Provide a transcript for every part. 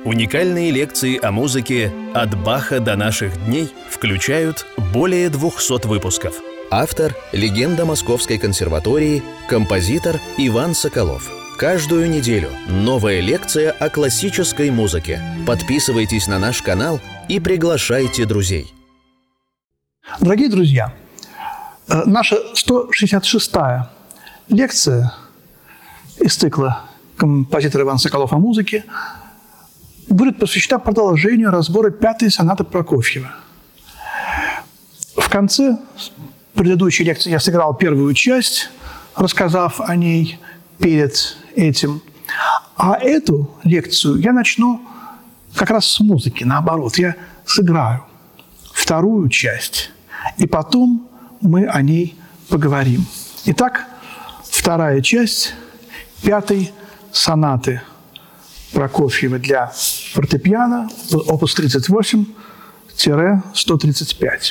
Уникальные лекции о музыке «От Баха до наших дней» включают более 200 выпусков. Автор – легенда Московской консерватории, композитор Иван Соколов. Каждую неделю новая лекция о классической музыке. Подписывайтесь на наш канал и приглашайте друзей. Дорогие друзья, наша 166-я лекция из цикла «Композитор Иван Соколов о музыке» будет посвящена продолжению разбора 5-й сонаты Прокофьева. В конце предыдущей лекции я сыграл первую часть, рассказав о ней перед этим. А эту лекцию я начну как раз с музыки, наоборот. Я сыграю вторую часть, и потом мы о ней поговорим. Итак, вторая часть 5-й сонаты Прокофьева для фортепиано, опус 38-135.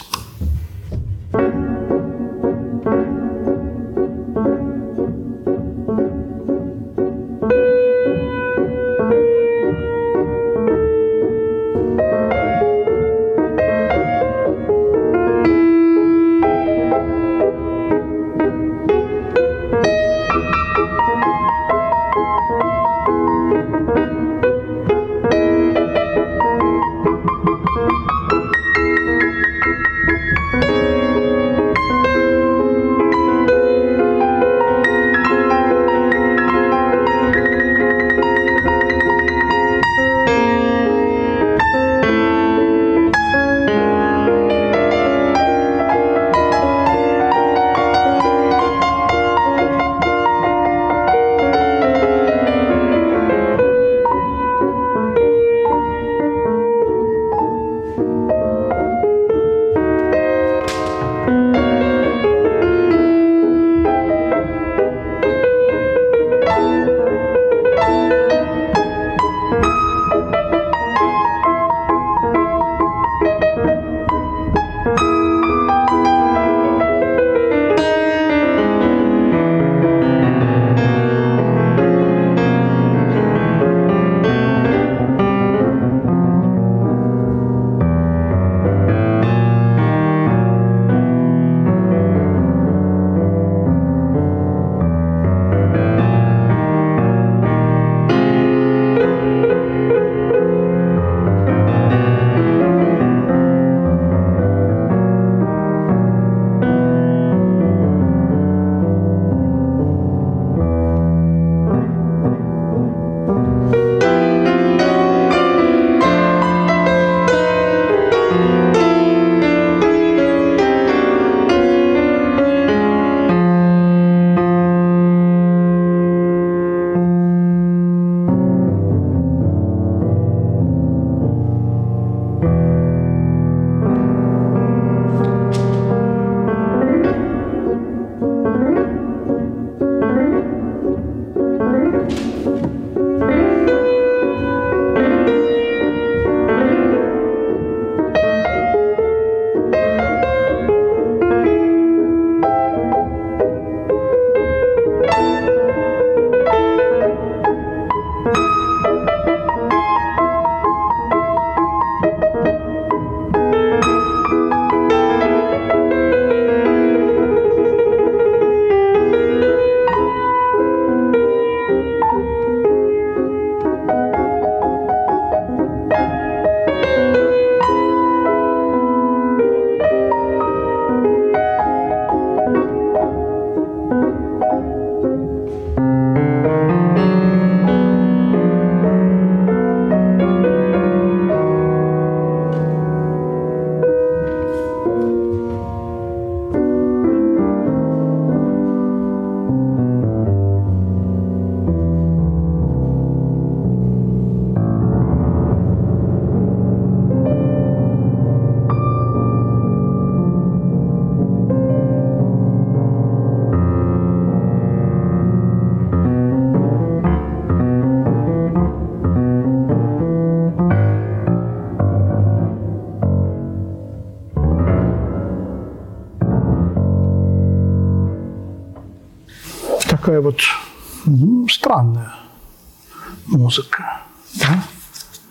такая вот странная музыка. Да?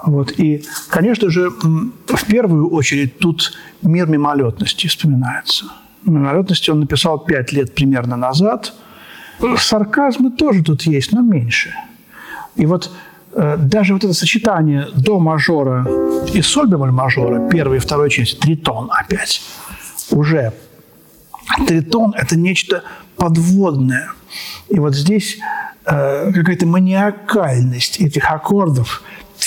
Вот. И, конечно же, в первую очередь тут «Мир мимолетности» вспоминается. «Мимолетности» он написал 5 лет примерно назад. Сарказмы тоже тут есть, но меньше. И вот даже вот это сочетание до мажора и соль бемоль мажора, первой и второй части, тритон опять, уже тритон – это нечто подводное. И вот здесь какая-то маниакальность этих аккордов,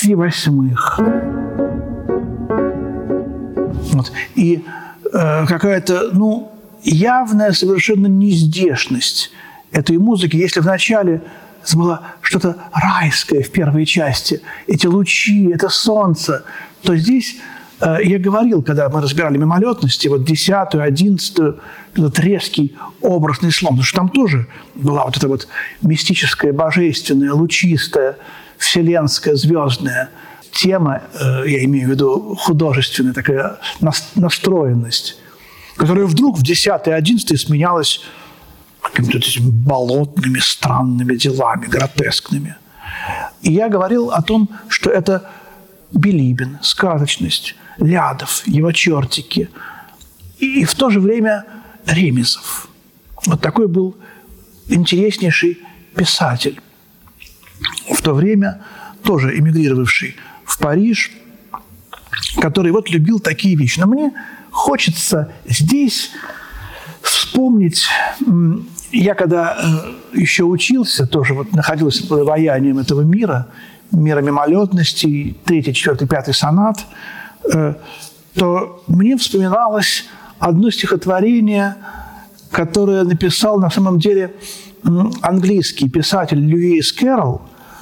3/8. Вот. И какая-то, явная совершенно нездешность этой музыки. Если вначале было что-то райское в первой части, эти лучи, это солнце, то здесь, я говорил, когда мы разбирали мимолетности, вот 10-ю, 11-ю, этот резкий образный слом, потому что там тоже была вот эта вот мистическая, божественная, лучистая, вселенская, звездная тема, я имею в виду художественная такая настроенность, которая вдруг в 10-й, 11-й сменялась какими-то этими болотными, странными делами, гротескными. И я говорил о том, что это Билибин, сказочность, Лядов, его чертики, и в то же время Ремезов. Вот такой был интереснейший писатель, в то время тоже эмигрировавший в Париж, который вот любил такие вещи. Но мне хочется здесь вспомнить. Я когда еще учился, тоже вот находился под влиянием этого мира мимолетности, 3, 4, 5 сонат, то мне вспоминалось одно стихотворение, которое написал на самом деле английский писатель Льюис Кэрролл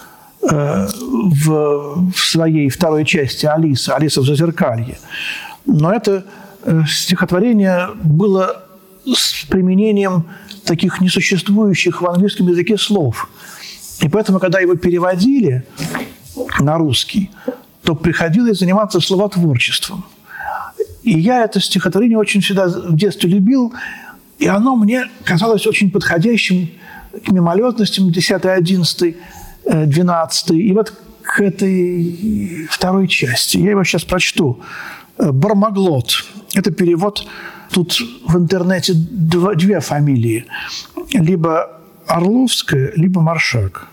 в своей второй части «Алиса в зазеркалье». Но это стихотворение было с применением таких несуществующих в английском языке слов. И поэтому, когда его переводили на русский, то приходилось заниматься словотворчеством. И я это стихотворение очень всегда в детстве любил, и оно мне казалось очень подходящим к мимолетностям 10, 11, 12. И вот к этой второй части. Я его сейчас прочту. «Бармаглот». Это перевод. Тут в интернете две фамилии. Либо Орловская, либо Маршак.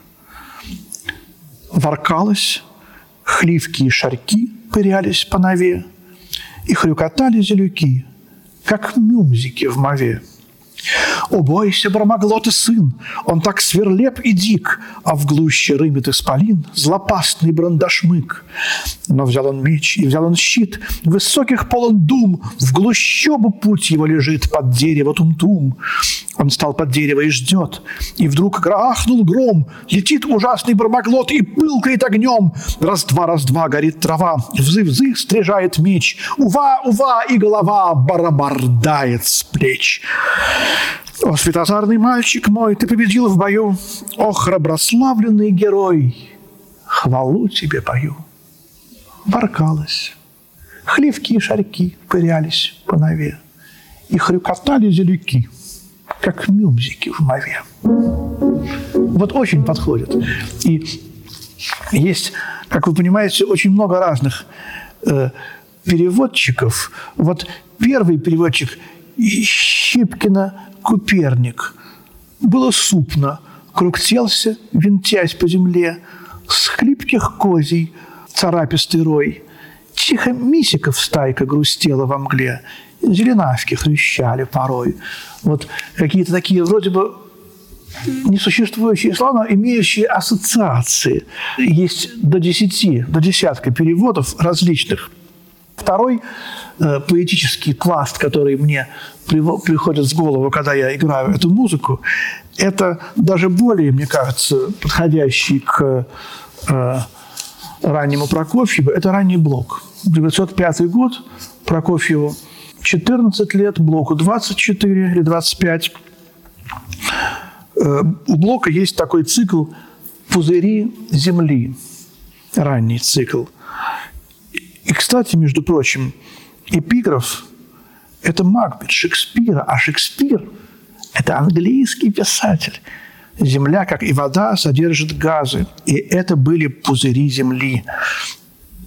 Воркалось, хливки и шарьки пырялись по нове, и хрюкотали зелюки, как мюмзики в мове. О, бойся, Бармаглота сын, он так сверлеп и дик, а в глуще рымет исполин злопастный брандашмык. Но взял он меч и взял он щит, высоких полон дум, в глущобу путь его лежит под дерево тум-тум. Он стал под дерево и ждет, и вдруг грохнул гром, летит ужасный Бармаглот и пылкает огнем. Раз-два горит трава, взы-взы стрижает меч, ува, и голова барабардает с плеч. О, светозарный мальчик мой, ты победил в бою, о, храброславленный герой, хвалу тебе пою. Воркалось, хливки и шарьки пырялись по нове, и хрюкотали зелюки, как мюмзики в мове. Вот очень подходит. И есть, как вы понимаете, очень много разных переводчиков. Вот первый переводчик Щипкина Куперник. Было супно, кругтелся, винтясь по земле, с хлипких козий царапистый рой. Тихо мисиков стайка грустела во мгле, зеленавки хрющали порой. Вот какие-то такие вроде бы несуществующие слова, но имеющие ассоциации. Есть до десятка переводов различных. Второй поэтический пласт, который мне приходит в голову, когда я играю эту музыку, это даже более, мне кажется, подходящий к раннему Прокофьеву, это ранний Блок. 1905 год, Прокофьеву 14 лет, Блоку 24 или 25. У Блока есть такой цикл «Пузыри Земли», ранний цикл. И, кстати, между прочим, эпиграф – это Макбет Шекспира, а Шекспир – это английский писатель. Земля, как и вода, содержит газы, и это были пузыри Земли.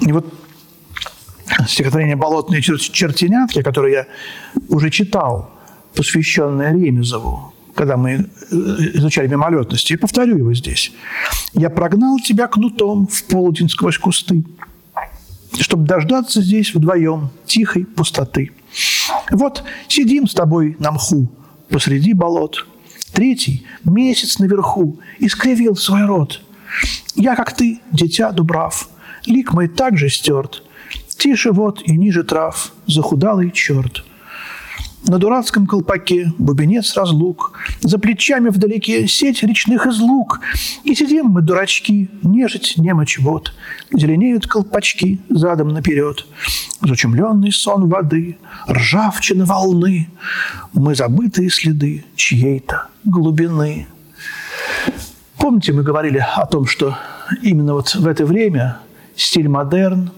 И вот стихотворение «Болотные чертенятки», которое я уже читал, посвященное Ремезову, когда мы изучали мимолетности, я повторю его здесь. «Я прогнал тебя кнутом в полдень сквозь кусты, чтобы дождаться здесь вдвоем тихой пустоты. Вот сидим с тобой на мху посреди болот. Третий месяц наверху искривил свой рот. Я, как ты, дитя Дубрав, лик мой так же стерт. Тише вот и ниже трав захудалый черт. На дурацком колпаке бубенец разлук, за плечами вдалеке сеть речных излук. И сидим мы, дурачки, нежить немочь вот. Зеленеют колпачки задом наперед. Зачумленный сон воды, ржавчина волны. Мы забытые следы чьей-то глубины. Помните, мы говорили о том, что именно вот в это время стиль модерн,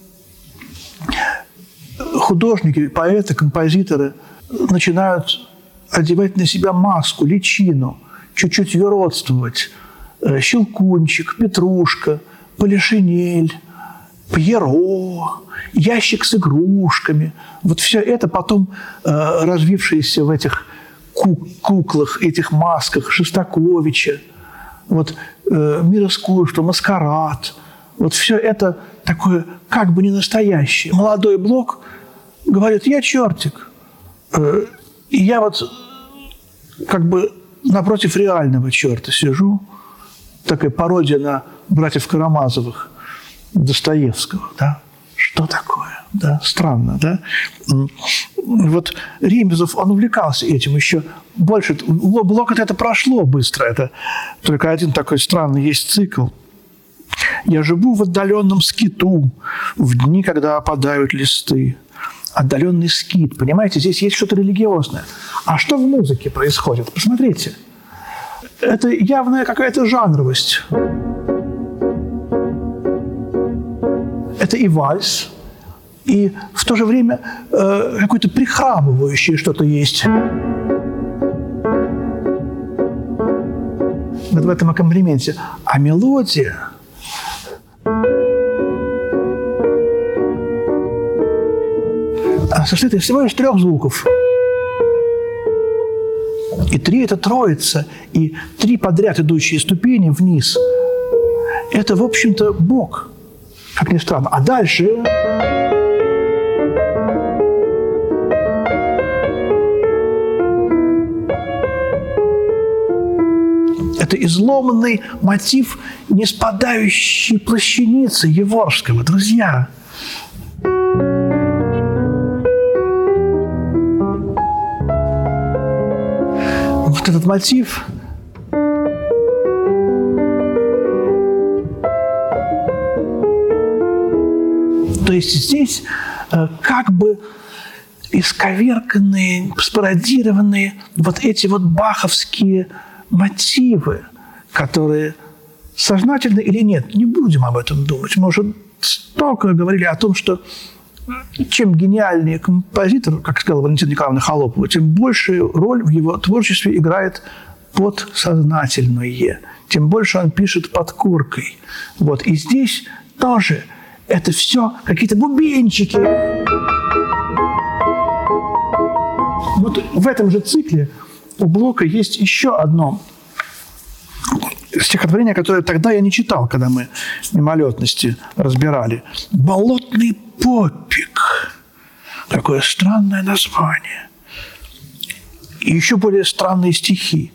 художники, поэты, композиторы начинают одевать на себя маску, личину, чуть-чуть юродствовать. Щелкунчик, Петрушка, Полишинель, Пьеро, ящик с игрушками. Вот все это потом развившееся в этих куклах, этих масках Шостаковича, вот «Мир искусства», «Маскарад». Вот все это такое как бы не настоящее. Молодой Блок говорит: я чертик. И я вот как бы напротив реального черта сижу. Такая пародия на братьев Карамазовых, Достоевского. Да? Что такое? Да? Странно, да? Вот Ремезов, он увлекался этим еще больше. У Блока это прошло быстро. Это только один такой странный есть цикл. Я живу в отдаленном скиту, в дни, когда опадают листы. Отдаленный скит. Понимаете, здесь есть что-то религиозное. А что в музыке происходит? Посмотрите. Это явная какая-то жанровость. Это и вальс, и в то же время какое-то прихрамывающее что-то есть. Вот в этом аккомпанементе. А мелодия... состоит из всего лишь 3 звуков. И 3 – это троица, и 3 подряд идущие ступени вниз. Это, в общем-то, Бог, как ни странно. А дальше... Это изломанный мотив неспадающей плащаницы Еворского. Друзья, вот этот мотив то есть здесь как бы исковерканные, спародированные вот эти вот баховские мотивы, которые сознательно или нет, не будем об этом думать. Мы уже столько говорили о том, что чем гениальнее композитор, как сказала Валентина Николаевна Холопова, тем большую роль в его творчестве играет подсознательное, тем больше он пишет под коркой. Вот. И здесь тоже это все какие-то бубенчики. Вот в этом же цикле у Блока есть еще одно стихотворение, которое тогда я не читал, когда мы мимолетности разбирали. «Болотный попик». Какое странное название. И еще более странные стихи.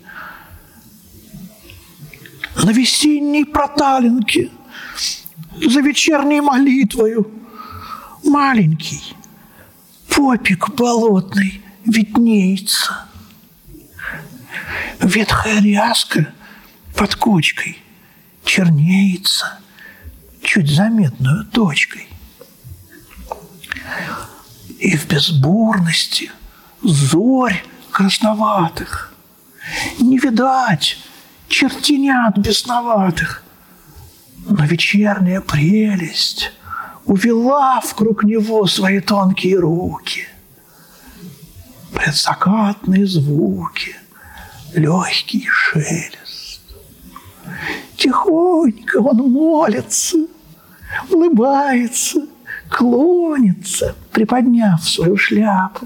«На весенней проталинке, за вечерней молитвою, маленький попик болотный виднеется. Ветхая ряска под кочкой чернеется чуть заметную точкой. И в безбурности зорь красноватых не видать чертенят бесноватых, но вечерняя прелесть увела вкруг него свои тонкие руки. Предзакатные звуки, легкий шелест. Тихонько он молится, улыбается, клонится, приподняв свою шляпу.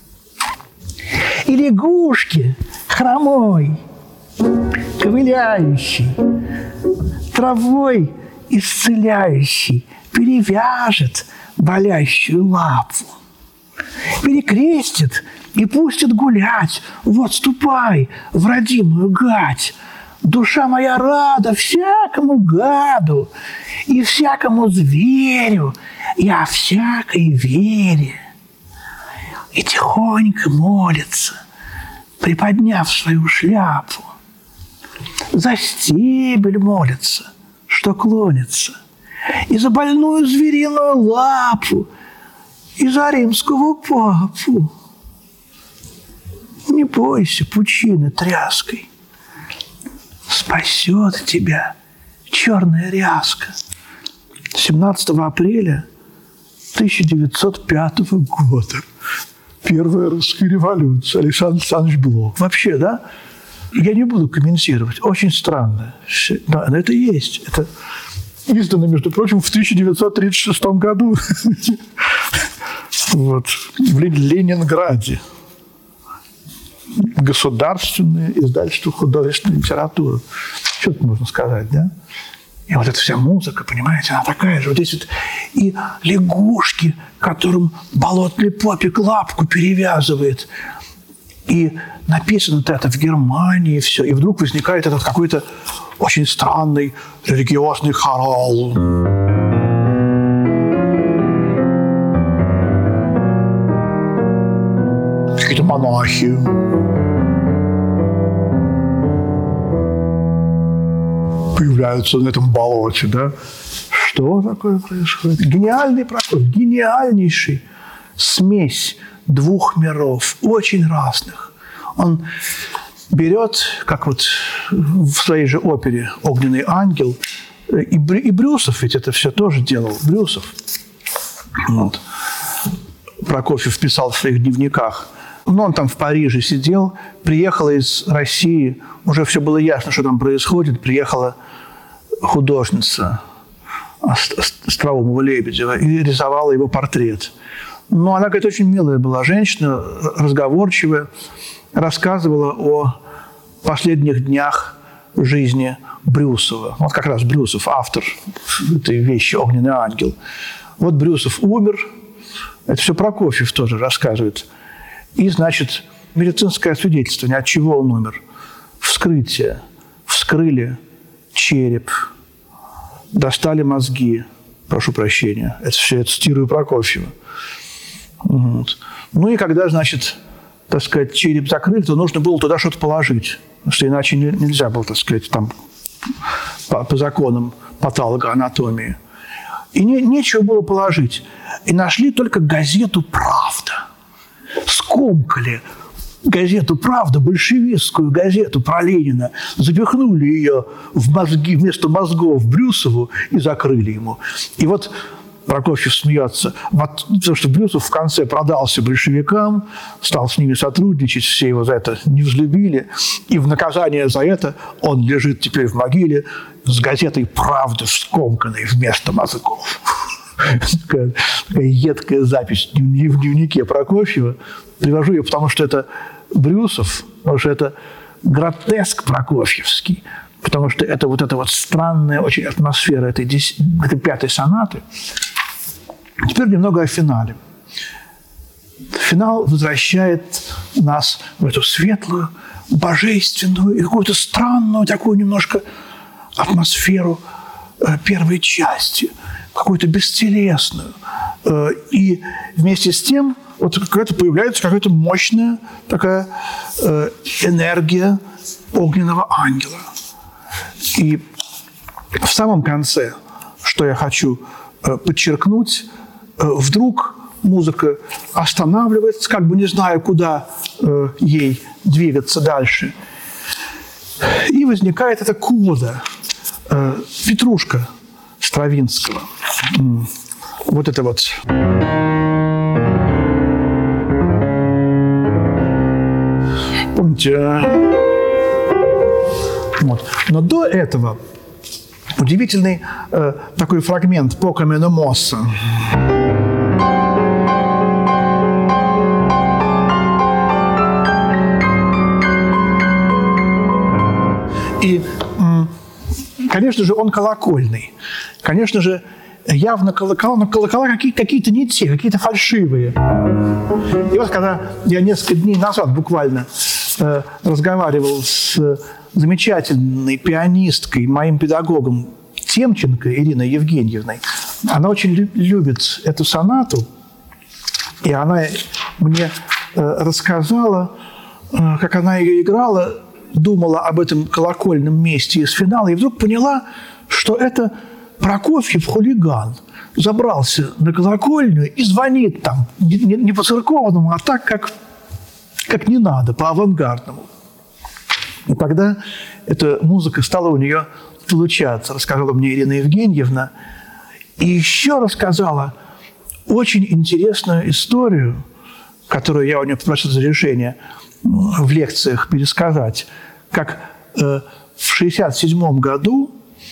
И лягушки хромой, ковыляющий, травой исцеляющий, перевяжет болящую лапу, перекрестит и пустит гулять. Вот ступай в родимую гать. Душа моя рада всякому гаду и всякому зверю, и о всякой вере. И тихонько молится, приподняв свою шляпу. За стебель молится, что клонится, и за больную звериную лапу, и за римского папу. Не бойся пучины тряской, спасет тебя черная ряска. 17 апреля 1905 года. Первая русская революция. Александр Александрович Блок. Вообще, да? Я не буду комментировать. Очень странно. Да, но это есть. Это издано, между прочим, в 1936 году. Вот. В Ленинграде. Государственное издательство художественной литературы. Что тут можно сказать, да? И вот эта вся музыка, понимаете, она такая же. Вот здесь вот и лягушки, которым болотный попик лапку перевязывает. И написано-то это в Германии все. И вдруг возникает этот какой-то очень странный религиозный хорал. Какие-то монахи. Появляются на этом болоте, да? Что такое происходит? Гениальный Прокофьев, гениальнейший смесь двух миров, очень разных. Он берет, как вот в своей же опере «Огненный ангел», и Брюсов ведь это все тоже делал, Брюсов. Вот. Прокофьев писал в своих дневниках. Но он там в Париже сидел, приехала из России, уже все было ясно, что там происходит, приехала художница Остроумова-Лебедева и рисовала его портрет. Но она, говорит, очень милая была женщина, разговорчивая, рассказывала о последних днях жизни Брюсова. Вот как раз Брюсов, автор этой вещи «Огненный ангел». Вот Брюсов умер, это все Прокофьев тоже рассказывает. И, значит, медицинское свидетельствование, от чего он умер. Вскрытие. Вскрыли череп, достали мозги. Прошу прощения. Это все я цитирую Прокофьева. Вот. Ну и когда, значит, так сказать, череп закрыли, то нужно было туда что-то положить. Потому что иначе нельзя было, так сказать, там по законам патологоанатомии. И нечего было положить. И нашли только газету «Правда». Скомкали газету «Правда», большевистскую газету про Ленина, запихнули ее в мозги, вместо мозгов Брюсову и закрыли ему. И вот Прокофьев смеется, потому что Брюсов в конце продался большевикам, стал с ними сотрудничать, все его за это не взлюбили, и в наказание за это он лежит теперь в могиле с газетой «Правда» скомканной вместо мозгов. Такая едкая запись в дневнике Прокофьева. Привожу ее, потому что это Брюсов, потому что это гротеск прокофьевский, потому что это вот эта вот странная очень атмосфера этой пятой сонаты. Теперь немного о финале. Финал возвращает нас в эту светлую, божественную и какую-то странную такую немножко атмосферу первой части, какую-то бестелесную. И вместе с тем вот появляется какая-то мощная такая энергия огненного ангела. И в самом конце, что я хочу подчеркнуть, вдруг музыка останавливается, как бы не зная, куда ей двигаться дальше. И возникает эта кода, «Петрушка» Стравинского. Вот это вот. Помните? Вот. Но до этого Удивительный такой фрагмент «Пока мене мосса». И, конечно же, он колокольный. Конечно же, явно колокола, но колокола какие-то не те, какие-то фальшивые. И вот когда я несколько дней назад буквально разговаривал с замечательной пианисткой, моим педагогом Темченко Ириной Евгеньевной, она очень любит эту сонату, и она мне рассказала, как она ее играла, думала об этом колокольном месте из финала, и вдруг поняла, что это Прокофьев хулиган забрался на колокольню и звонит там не по-церковному, а так, как не надо, по-авангардному. И тогда эта музыка стала у нее получаться, рассказала мне Ирина Евгеньевна. И еще рассказала очень интересную историю, которую я у нее попросил разрешения в лекциях пересказать, как в 1967 году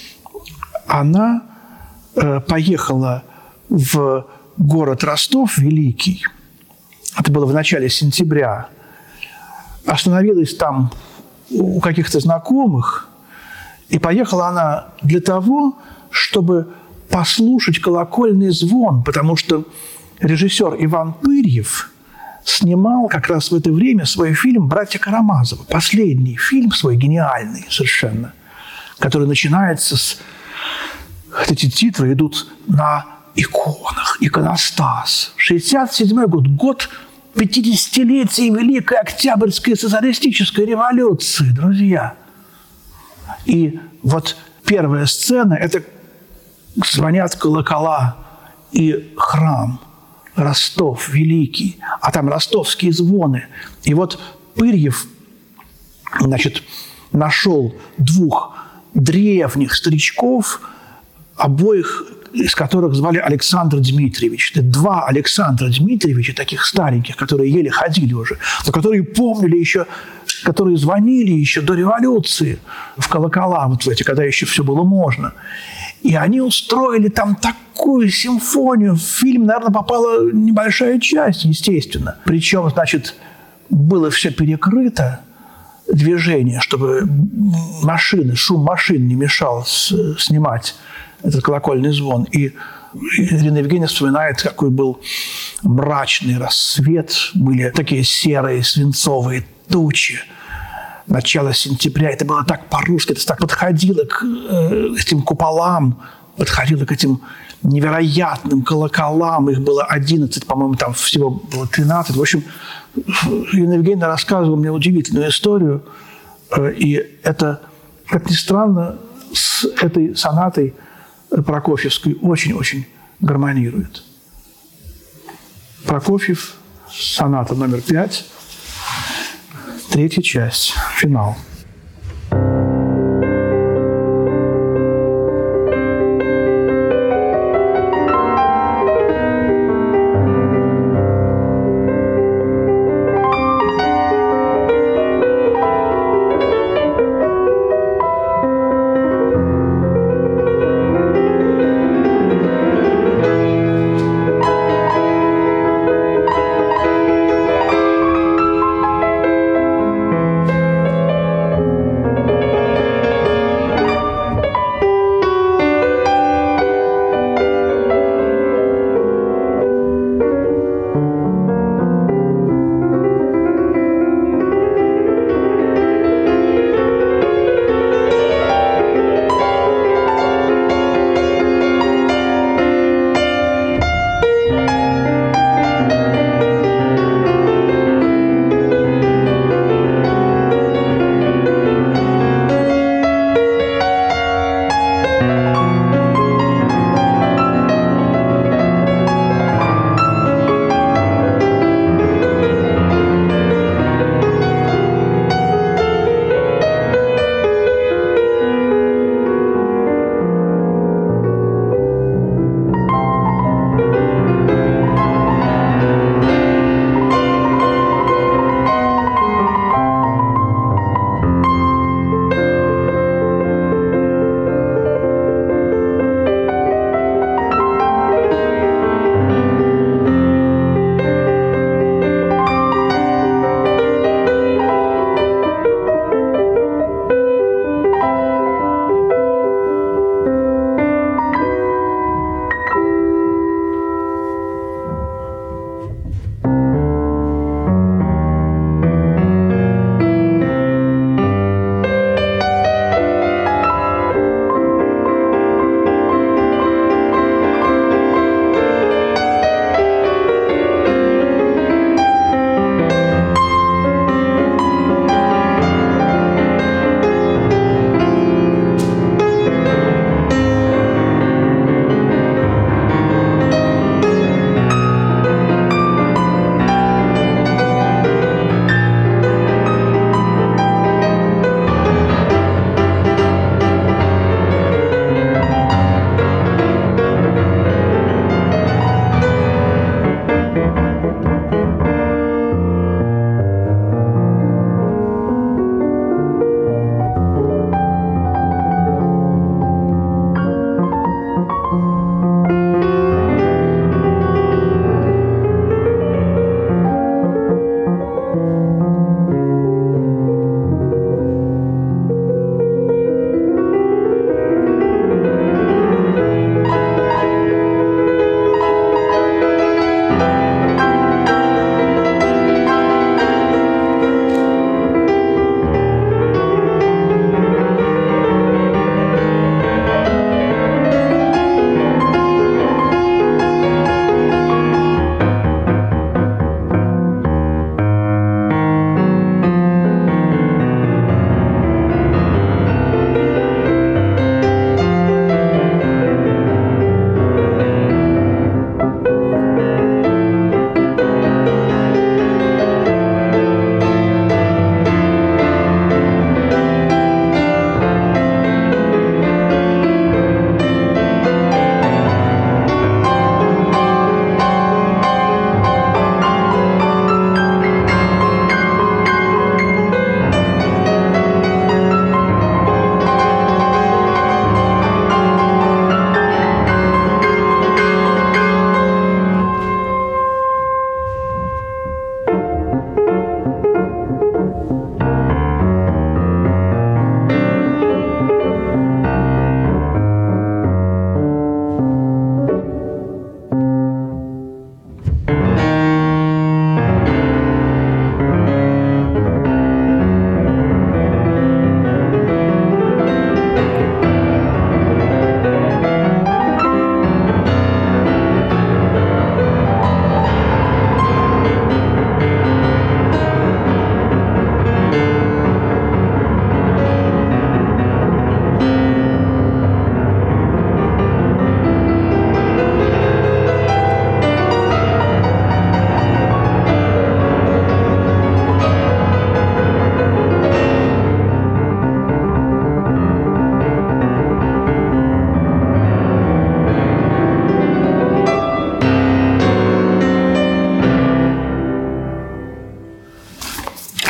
она поехала в город Ростов Великий. Это было в начале сентября. Остановилась там у каких-то знакомых, и поехала она для того, чтобы послушать колокольный звон, потому что режиссер Иван Пырьев снимал как раз в это время свой фильм «Братья Карамазовы», последний фильм свой, гениальный совершенно, который начинается с... Эти титры идут на иконах, иконостас. 1967 год, год 50-летия Великой Октябрьской социалистической революции, друзья. И вот первая сцена – это звонят колокола и храм Ростов Великий, а там ростовские звоны. И вот Пырьев, значит, нашел двух древних старичков, обоих из которых звали Александр Дмитриевич. Это два Александра Дмитриевича, таких стареньких, которые еле ходили уже, но которые помнили еще, которые звонили еще до революции в колокола, вот в эти, когда еще все было можно. И они устроили там такую симфонию. В фильм, наверное, попала небольшая часть, естественно. Причем, значит, было все перекрыто, движение, чтобы машины, шум машин не мешал снимать этот колокольный звон. И Ирина Евгеньевна вспоминает, какой был мрачный рассвет. Были такие серые свинцовые тучи. Начало сентября. Это было так по-русски. Это так подходило к этим куполам, подходило к этим невероятным колоколам. Их было 11, по-моему, там всего было 13. В общем, Ирина Евгеньевна рассказывала мне удивительную историю. И это, как ни странно, с этой сонатой Прокофьевской очень-очень гармонирует. Прокофьев, соната номер 5, третья часть, финал.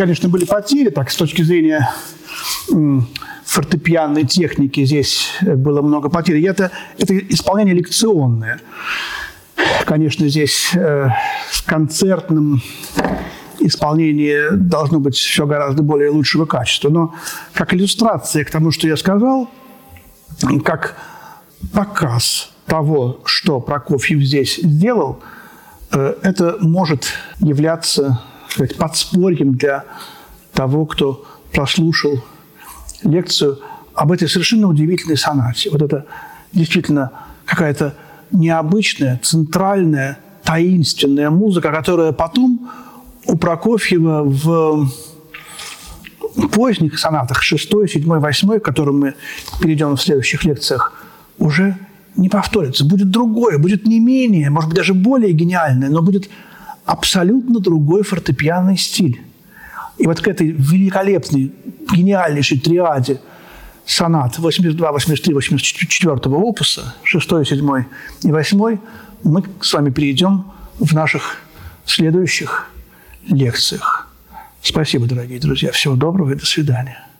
конечно, были потери, так, с точки зрения фортепианной техники здесь было много потерь. И это исполнение лекционное. Конечно, здесь в концертном исполнении должно быть все гораздо более лучшего качества. Но как иллюстрация к тому, что я сказал, как показ того, что Прокофьев здесь сделал, это может являться, так сказать, подспорьем для того, кто прослушал лекцию об этой совершенно удивительной сонате. Вот это действительно какая-то необычная, центральная, таинственная музыка, которая потом у Прокофьева в поздних сонатах 6, 7, 8, к которым мы перейдем в следующих лекциях, уже не повторится. Будет другое, будет не менее, может быть, даже более гениальное, но будет абсолютно другой фортепианный стиль. И вот к этой великолепной, гениальнейшей триаде сонат 82, 83, 84 опуса, 6, 7 и 8, мы с вами перейдем в наших следующих лекциях. Спасибо, дорогие друзья. Всего доброго и до свидания.